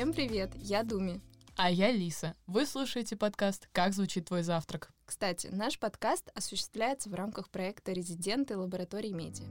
Всем привет, я Думи. А я Лиса. Вы слушаете подкаст «Как звучит твой завтрак?». Кстати, наш подкаст осуществляется в рамках проекта «Резиденты лаборатории медиа».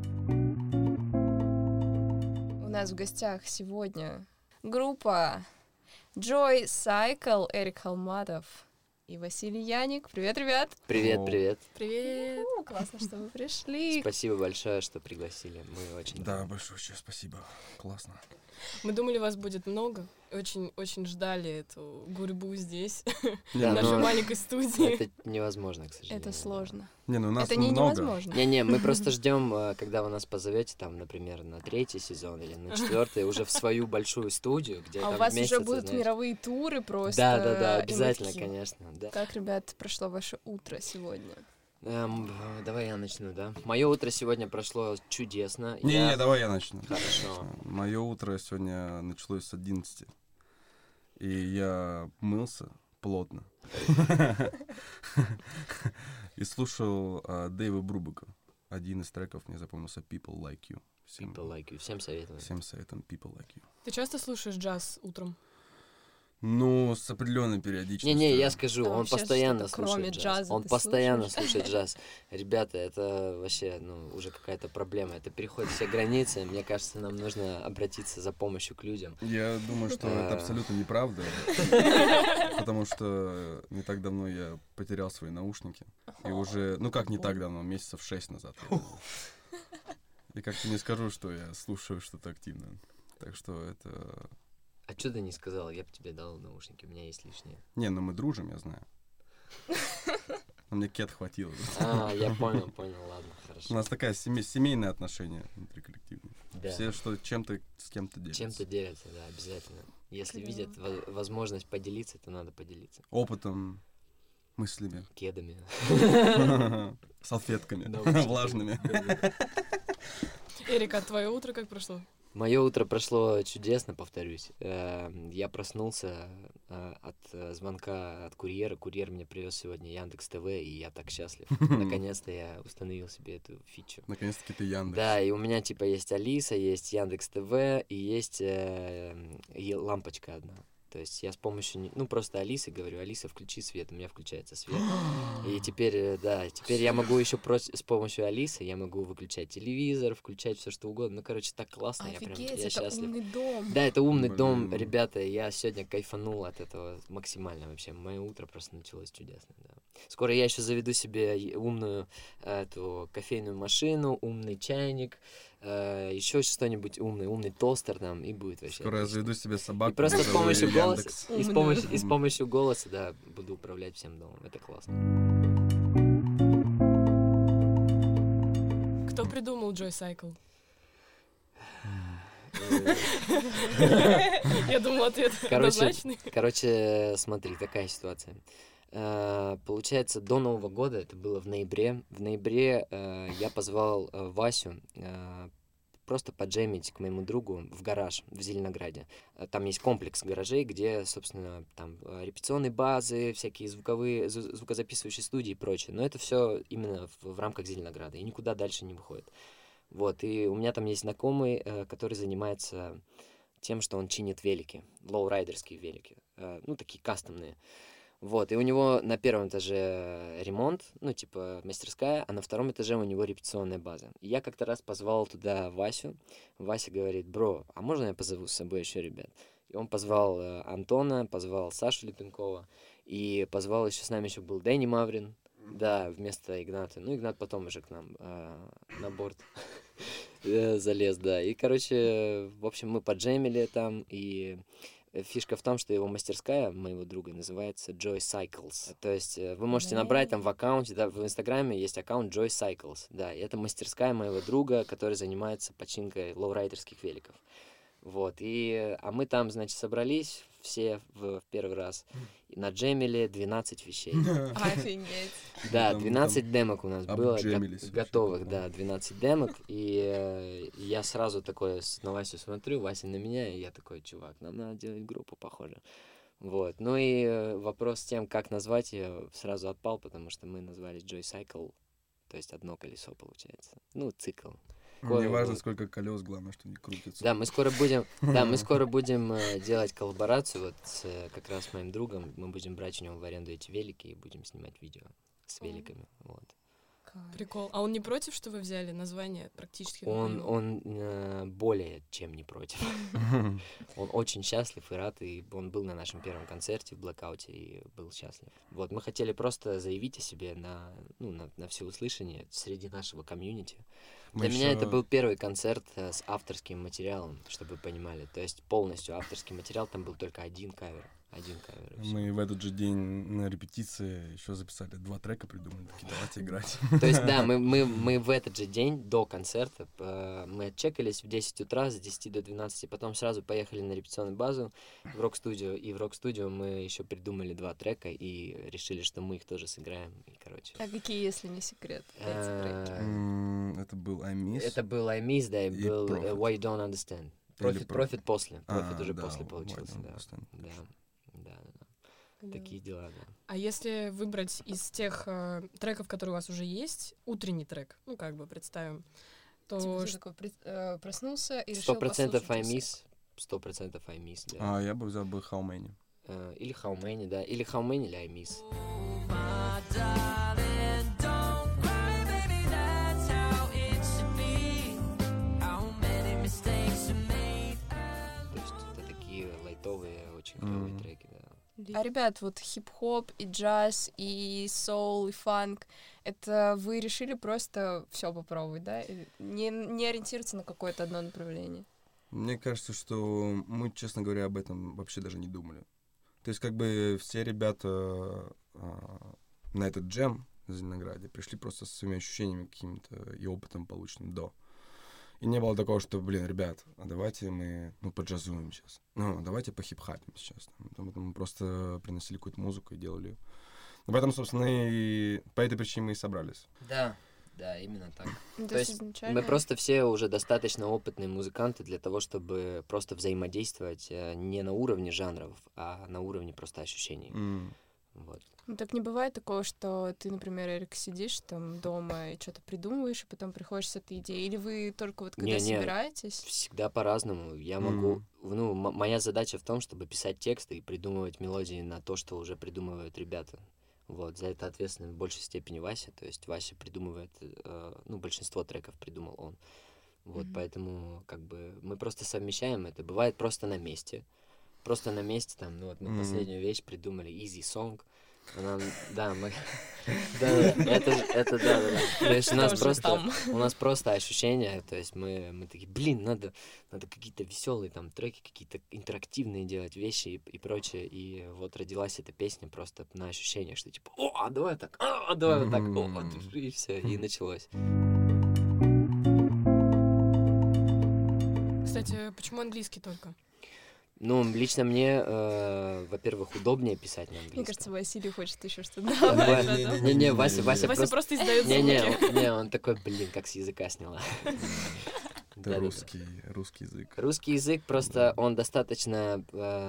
У нас в гостях сегодня группа Joy Cycle, Эрик Холматов и Василий Яник. Привет, ребят! Привет, привет. Привет! Классно, что вы пришли. Спасибо большое, что пригласили. Мы очень... Да, большое спасибо. Классно. Мы думали, вас будет много. Очень ждали эту гурьбу здесь, Да, в нашей но маленькой студии. это невозможно, к сожалению. Это сложно. Не, ну нас Это не много. невозможно. Не-не, мы просто ждем, когда вы нас позовете, там, например, на 3-й сезон или на 4-й, уже в свою большую студию, где А там у вас в месяц, уже будут знаешь. мировые туры просто. Да, и мы обязательно, такие, конечно, да. Как, ребят, прошло ваше утро сегодня? Давай я начну, да? Мое утро сегодня прошло чудесно. Не, давай я начну. Хорошо. Мое утро сегодня началось с 11. И я мылся плотно. И слушал Дэйва Брубека. Один из треков мне запомнился People Like You. People like you. Всем советую. Всем советом People Like You. Ты часто слушаешь джаз утром? Ну, с определенной периодичностью. Не-не, я скажу, А он вообще постоянно что-то кроме слушает джаз. джаза Он ты постоянно слушаешь? слушает джаз. Ребята, это вообще, уже какая-то проблема. Это переходит все границы. Мне кажется, нам нужно обратиться за помощью к людям. Я думаю, что это абсолютно неправда. Потому что не так давно я потерял свои наушники. И уже, как не так давно, месяцев 6 назад. И как-то не скажу, что я слушаю что-то активное. Так что это... А что ты не сказал? Я бы тебе дал наушники, у меня есть лишние. Не, мы дружим, я знаю. Но мне кет хватило. Я понял, ладно, У хорошо. нас такая семейное отношение внутриколлективное. Да. Все, что чем-то с кем-то делятся. Чем-то делятся, да, обязательно. Если видят возможность поделиться, то надо поделиться. Опытом, мыслями, Кедами. салфетками Наушниками. влажными. Эрик, а твое утро как прошло? Мое утро прошло чудесно, повторюсь. Я проснулся от звонка от курьера. Курьер мне привез сегодня Яндекс.ТВ, и я так счастлив. Наконец-то я установил себе эту фичу. Наконец-таки ты Яндекс. Да, и у меня есть Алиса, есть Яндекс.ТВ, и есть лампочка одна. То есть я с помощью, просто Алисы говорю: Алиса, включи свет, у меня включается свет. И теперь я могу еще с помощью Алисы, я могу выключать телевизор, включать все что угодно. Так классно, я Офигеть, это счастлив. умный дом. Да, это умный дом, Блин. ребята, я сегодня кайфанул от этого максимально вообще. Мое утро просто началось чудесно, да. Скоро я еще заведу себе умную эту кофейную машину, умный чайник, еще что-нибудь умный тостер там, и будет вообще Скоро я отлично. заведу себе собаку. И просто с назову помощью её голоса, Яндекс. и с помощью голоса, да, буду управлять всем домом. Это классно. Кто придумал Joy Cycle? Я думала, ответ однозначный. Короче, смотри, такая ситуация. Получается, до Нового года, это было в ноябре. В ноябре я позвал Васю просто поджемить к моему другу в гараж в Зеленограде. Там есть комплекс гаражей, где, собственно, там репетиционные базы, всякие звукозаписывающие студии и прочее. Но это все именно в рамках Зеленограда и никуда дальше не выходит. Вот, и у меня там есть знакомый, который занимается тем, что он чинит велики, лоурайдерские велики, такие кастомные. Вот, и у него на первом этаже ремонт, мастерская, а на втором этаже у него репетиционная база. И я как-то раз позвал туда Васю. Вася говорит: бро, а можно я позову с собой еще ребят? И он позвал Антона, позвал Сашу Липенкова, и позвал с нами еще был Дэнни Маврин, да, вместо Игната. Игнат потом уже к нам на борт залез, да. И, в общем, мы поджемили там, и... Фишка в том, что его мастерская, моего друга, называется Joy Cycles. То есть вы можете набрать там в аккаунте, да, в Инстаграме есть аккаунт Joy Cycles. Да, и это мастерская моего друга, который занимается починкой лоурайдерских великов. Вот, а мы там, собрались все в первый раз и наджемили 12 вещей. Офигеть. Да, 12 демок у нас было готовых, вообще, да, 12 демок, и я сразу такой на Васю смотрю, Вася на меня, и я такой: чувак, нам надо делать группу, похоже. Вот, и вопрос с тем, как назвать ее, сразу отпал, потому что мы назвались Joy Cycle, то есть одно колесо получается, цикл. такое. Не важно, вот. сколько колес, главное, что не крутится. Да, мы скоро будем делать коллаборацию вот с как раз с моим другом. Мы будем брать у него в аренду эти велики и будем снимать видео с великами. Вот. Прикол. А он не против, что вы взяли название практически? как Он, его? он более чем не против. Он очень счастлив и рад, и он был на нашем первом концерте в Блэкауте и был счастлив. Вот, мы хотели просто заявить о себе на всеуслышание среди нашего комьюнити. Для меня это был первый концерт с авторским материалом, чтобы вы понимали. То есть полностью авторский материал, там был только один кавер. И всё. Мы в этот же день на репетиции еще записали 2 трека, придумали, такие, давайте играть. То есть, да, мы в этот же день до концерта, мы отчекались в 10 утра, с 10 до 12, потом сразу поехали на репетиционную базу в рок-студию, и в рок-студию мы еще придумали 2 трека и решили, что мы их тоже сыграем, и, короче. А какие, если не секрет, эти треки? Это был I Miss. Это был I Miss, да, и И был Profit. Why You Don't Understand. Или Profit после, Profit уже да, после Why получился, Don't да. Understand. Да. Да. Такие дела, да. А если выбрать из тех треков, которые у вас уже есть, утренний трек, ну, как бы представим, то... Типа ты такой проснулся и решил 100% послушать I трек. Miss, 100% I Miss, да. Я бы взял бы How Many. Или How Many, да, или How Many, или I Miss. То есть это такие лайтовые, очень клевые треки, да. А, ребят, вот хип-хоп и джаз, и соул, и фанк, это вы решили просто все попробовать, да? И не ориентироваться на какое-то одно направление? Мне кажется, что мы, честно говоря, об этом вообще даже не думали. То есть, как бы, все ребята на этот джем в Зеленограде пришли просто со своими ощущениями какими-то и опытом, полученным до. И не было такого, что, ребят, а давайте мы, поджазуем сейчас. Давайте похип-хапим сейчас. Мы просто приносили какую-то музыку и делали ее. Поэтому, собственно, и по этой причине мы и собрались. Да, именно так. Ну, То есть мы просто все уже достаточно опытные музыканты для того, чтобы просто взаимодействовать не на уровне жанров, а на уровне просто ощущений. Вот. Ну, так не бывает такого, что ты, например, Эрик, сидишь там дома и что-то придумываешь, и потом приходишь с этой идеей? Или вы только вот когда собираетесь? Всегда по-разному. Я могу... моя задача в том, чтобы писать тексты и придумывать мелодии на то, что уже придумывают ребята. Вот, за это ответственен в большей степени Вася. То есть Вася придумывает... большинство треков придумал он. Вот, поэтому как бы мы просто совмещаем это. Бывает просто на месте. Просто на месте там, мы последнюю вещь придумали, Easy Song. Это да. То есть у нас просто ощущения, то есть мы такие, надо какие-то веселые там треки, какие-то интерактивные делать вещи и прочее. И вот родилась эта песня просто на ощущение, что типа, давай так, давай вот так, и все, и началось. Кстати, почему английский только? Лично мне, во-первых, удобнее писать на английском. Мне кажется, Василий хочет еще что-то добавить. Не, Вася просто издает звуки. Не, он такой, как с языка сняла. Это русский язык. Русский язык просто, он достаточно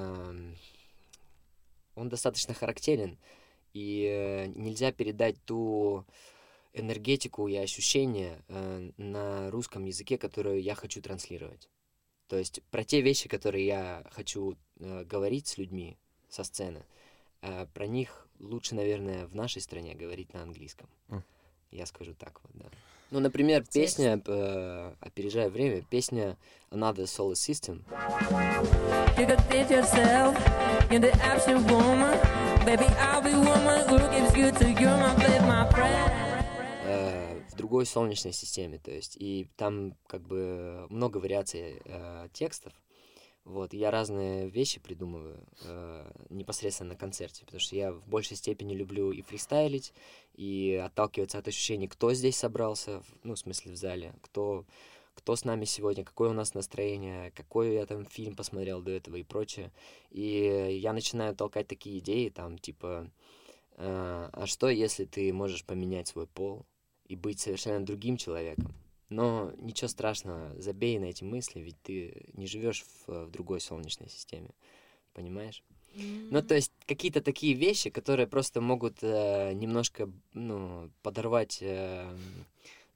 характерен, и нельзя передать ту энергетику и ощущения на русском языке, которую я хочу транслировать. То есть про те вещи, которые я хочу говорить с людьми со сцены, про них лучше, наверное, в нашей стране говорить на английском. Я скажу так вот, да. Например, песня, опережая время, песня Another Solar System. You could think yourself in the absent woman. Baby, I'll be woman who gives you to you, my friend. В другой солнечной системе, то есть, и там как бы много вариаций текстов, вот, я разные вещи придумываю непосредственно на концерте, потому что я в большей степени люблю и фристайлить, и отталкиваться от ощущений, кто здесь собрался, в смысле в зале, кто с нами сегодня, какое у нас настроение, какой я там фильм посмотрел до этого и прочее, и я начинаю толкать такие идеи, там, типа, а что, если ты можешь поменять свой пол и быть совершенно другим человеком? Но ничего страшного, забей на эти мысли, ведь ты не живешь в другой солнечной системе, понимаешь? То есть какие-то такие вещи, которые просто могут немножко, подорвать,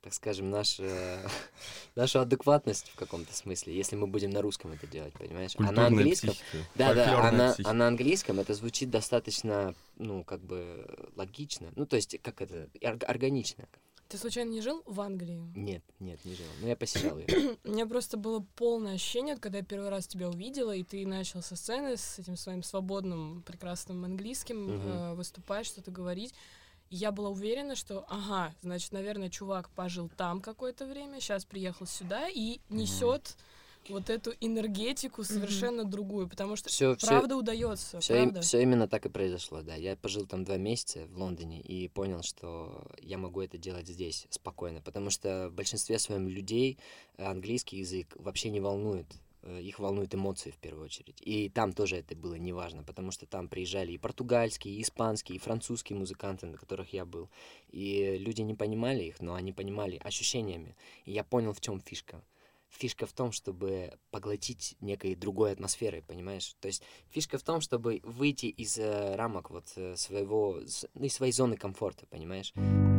так скажем, нашу адекватность в каком-то смысле, если мы будем на русском это делать, понимаешь? А на Культурная английском... психика, Да, фольклорная психика. а на английском это звучит достаточно, ну, как бы, логично. Ну, то есть, как это, органично. Ты случайно не жил в Англии? Нет, не жил. Но я посещал ее. У меня просто было полное ощущение, когда я первый раз тебя увидела, и ты начал со сцены с этим своим свободным, прекрасным английским выступать, что-то говорить. И я была уверена, что, ага, значит, наверное, чувак пожил там какое-то время, сейчас приехал сюда и несет вот эту энергетику совершенно другую, потому что правда удается, правда. Все именно так и произошло, да. Я пожил там 2 месяца в Лондоне и понял, что я могу это делать здесь спокойно, потому что в большинстве своем людей английский язык вообще не волнует. Их волнуют эмоции в первую очередь. И там тоже это было неважно, потому что там приезжали и португальские, и испанские, и французские музыканты, на которых я был. И люди не понимали их, но они понимали ощущениями. И я понял, в чем фишка. Фишка в том, чтобы поглотить некой другой атмосферой, понимаешь? То есть фишка в том, чтобы выйти из рамок вот из своей зоны комфорта, понимаешь?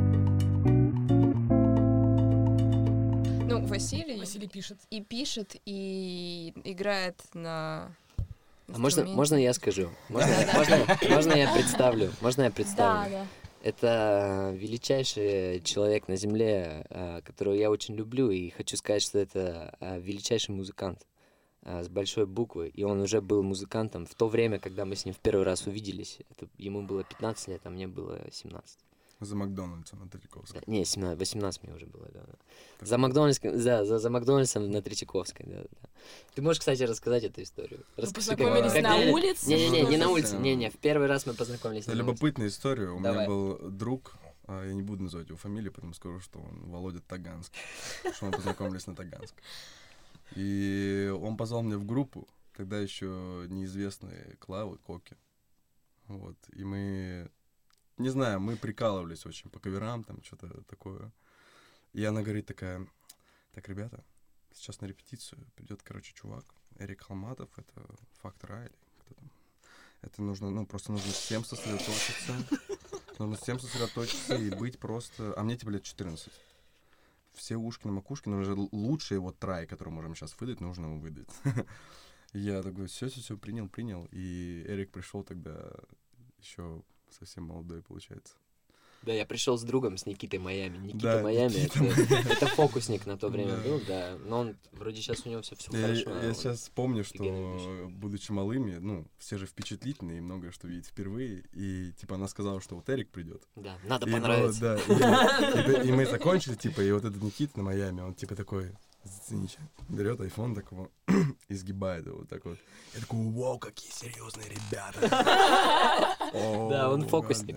Ну, Василий пишет. И пишет, и играет на А можно я скажу? Можно я представлю? Можно я представлю? Да. Это величайший человек на Земле, которого я очень люблю, и хочу сказать, что это величайший музыкант с большой буквы, и он уже был музыкантом в то время, когда мы с ним в первый раз увиделись. Ему было 15 лет, а мне было 17. За Макдональдсом на Третьяковской. Да, не, 18 мне уже было, да. За Макдональдсом на Третьяковской, да. Ты можешь, кстати, рассказать эту историю? Вы познакомились на улице? Не на улице, не, в первый раз мы познакомились на улице. Любопытная история. У меня Давай. был друг, я не буду называть его фамилию, потому скажу, что он Володя Таганский, что мы познакомились на Таганской. И он позвал меня в группу, тогда еще неизвестные Клавы, Коки. Вот, и мы... Не знаю, мы прикалывались очень по каверам, там что-то такое. И она говорит такая: так, ребята, сейчас на репетицию придет, короче, чувак, Эрик Холматов, это Фактор А или кто там. Это нужно, просто нужно всем сосредоточиться. Нужно всем сосредоточиться и быть просто... А мне типа лет 14. Все ушки на макушке, нужно же лучший вот трай, который можем сейчас выдать, нужно ему выдать. Я такой, все, принял. И Эрик пришел тогда еще... совсем молодой, получается. Да, я пришел с другом, с Никитой Майами. Да, Это фокусник на то время был, да. Но он, вроде сейчас у него все хорошо. Я сейчас помню, что, будучи малыми, все же впечатлительные и многое что видят впервые. И, типа, она сказала, что вот Эрик придет. Да, надо понравиться. Да, и мы закончили, типа, и вот этот Никита на Майами, он, типа, такой... берет айфон такого и сгибает его вот так вот. Я такой, вау, какие серьезные ребята. Да, он фокусник.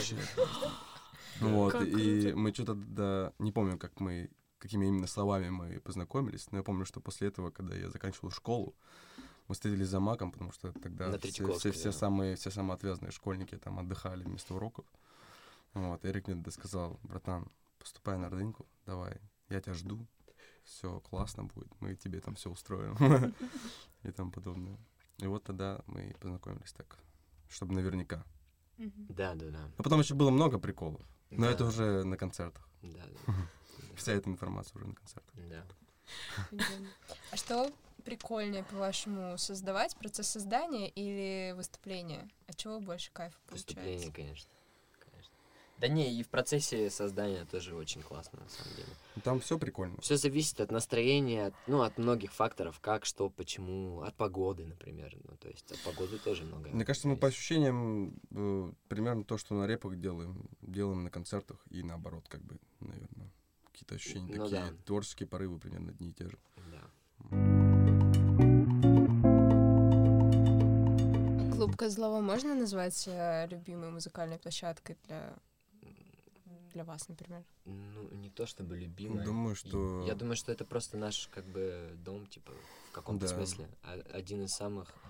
Вот, и мы что-то, не помню, какими именно словами мы познакомились, но я помню, что после этого, когда я заканчивал школу, мы встретились за Маком, потому что тогда все самые отвязные школьники там отдыхали вместо уроков. Вот, Эрик мне сказал: братан, поступай на рынку, давай, я тебя жду. Все классно будет, мы тебе там все устроим и тому подобное. И вот тогда мы познакомились так, чтобы наверняка. Да. А потом еще было много приколов, но это уже на концертах. Да. Вся эта информация уже на концертах. Да. А что прикольнее, по-вашему, создавать, процесс создания или выступление? От чего больше кайфа получается? Выступление, конечно. Да не, и в процессе создания тоже очень классно, на самом деле. Там все прикольно. Все зависит от настроения, от многих факторов, как, что, почему, от погоды, например. То есть от погоды тоже много. Мне кажется, мы по ощущениям примерно то, что на репах делаем на концертах и наоборот, наверное. Какие-то ощущения такие, творческие порывы примерно одни и те же. Да. Клуб Козлова можно назвать любимой музыкальной площадкой для вас, например? Не то чтобы любимая. Я думаю, что это просто наш, дом, типа, в каком-то смысле. Один из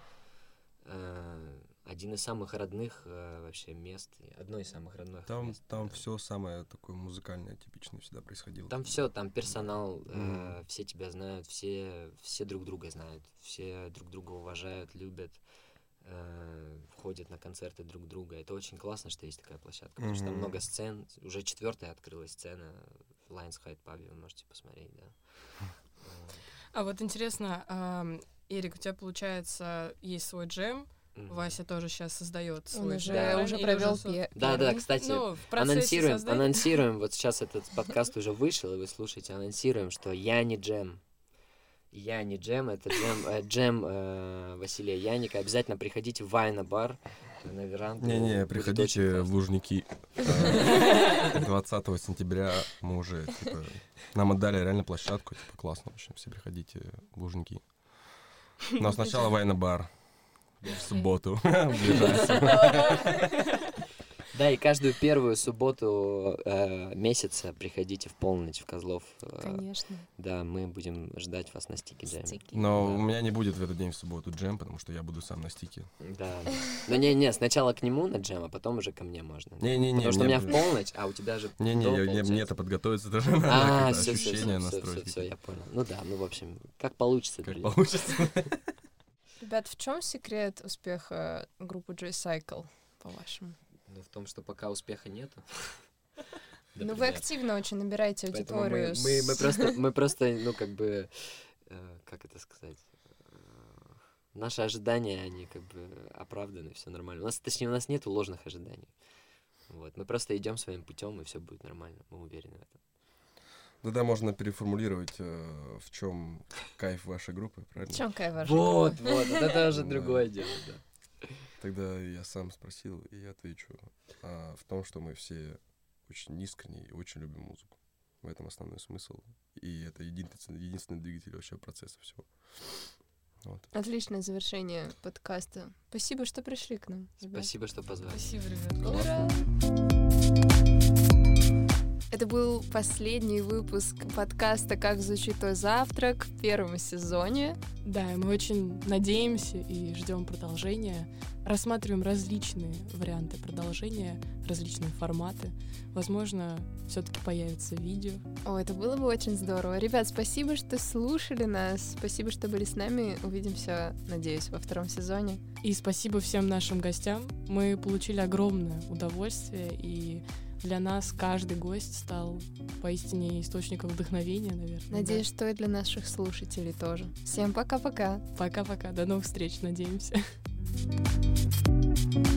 самых родных вообще мест. Одно из самых родных мест. Там все самое такое музыкальное, типичное всегда происходило. Там все, там персонал, все тебя знают, все друг друга знают, все друг друга уважают, любят. Ходят на концерты друг друга. Это очень классно, что есть такая площадка, потому что там много сцен. Уже 4-я открылась сцена Lions Head Pub, вы можете посмотреть, да. А вот интересно, Эрик, у тебя, получается, есть свой джем, Вася тоже сейчас создает свой Он джем. уже провел Да, кстати, в процессе создания. анонсируем, вот сейчас этот подкаст уже вышел, и вы слушаете, анонсируем, что я не джем. Я не джем, это джем Василия Яника. Обязательно приходите в Вайна-бар на веранду. Не-не, приходите в Лужники. 20 сентября мы уже, типа, нам отдали реально площадку, типа, классно, в общем, все приходите в Лужники. Но сначала Вайна-бар. В субботу. Да, и каждую первую субботу месяца приходите в полночь в Козлов. Конечно. Да, мы будем ждать вас на стике джеме. Но у меня не будет в этот день в субботу джем, потому что я буду сам на стике. Да. Ну не, сначала к нему на джем, а потом уже ко мне можно. Не-не-не. Потому что у меня в полночь, а у тебя же Не-не, мне-то подготовиться тоже надо, все, ощущения настроить. Все, я понял. Ну да, в общем, как получится. Как получится. Ребят, в чем секрет успеха группы Joy Cycle, по-вашему? Ну, в том, что пока успеха нету. Ну, вы активно очень набираете аудиторию. Мы просто, ну, как бы, как это сказать, наши ожидания, они как бы оправданы, все нормально. У нас нету ложных ожиданий. Вот. Мы просто идем своим путем, и все будет нормально. Мы уверены в этом. Ну да, можно переформулировать, в чем кайф вашей группы, правильно? В чем кайф вашей группы? группы? Вот, это уже другое дело, да. Тогда я сам спросил, и я отвечу. В том, что мы все очень искренне и очень любим музыку. В этом основной смысл. И это единственный двигатель вообще процесса всего. Вот. Отличное завершение подкаста. Спасибо, что пришли к нам. Ребят. Спасибо, что позвали. Спасибо, ребят. Ура! Это был последний выпуск подкаста «Как звучит твой завтрак» в первом сезоне. Да, и мы очень надеемся и ждем продолжения. Рассматриваем различные варианты продолжения, различные форматы. Возможно, все-таки появится видео. О, это было бы очень здорово. Ребят, спасибо, что слушали нас. Спасибо, что были с нами. Увидимся, надеюсь, во втором сезоне. И спасибо всем нашим гостям. Мы получили огромное удовольствие, и для нас каждый гость стал поистине источником вдохновения, наверное. Надеюсь, что и для наших слушателей тоже. Всем пока-пока. Пока-пока. До новых встреч, надеемся.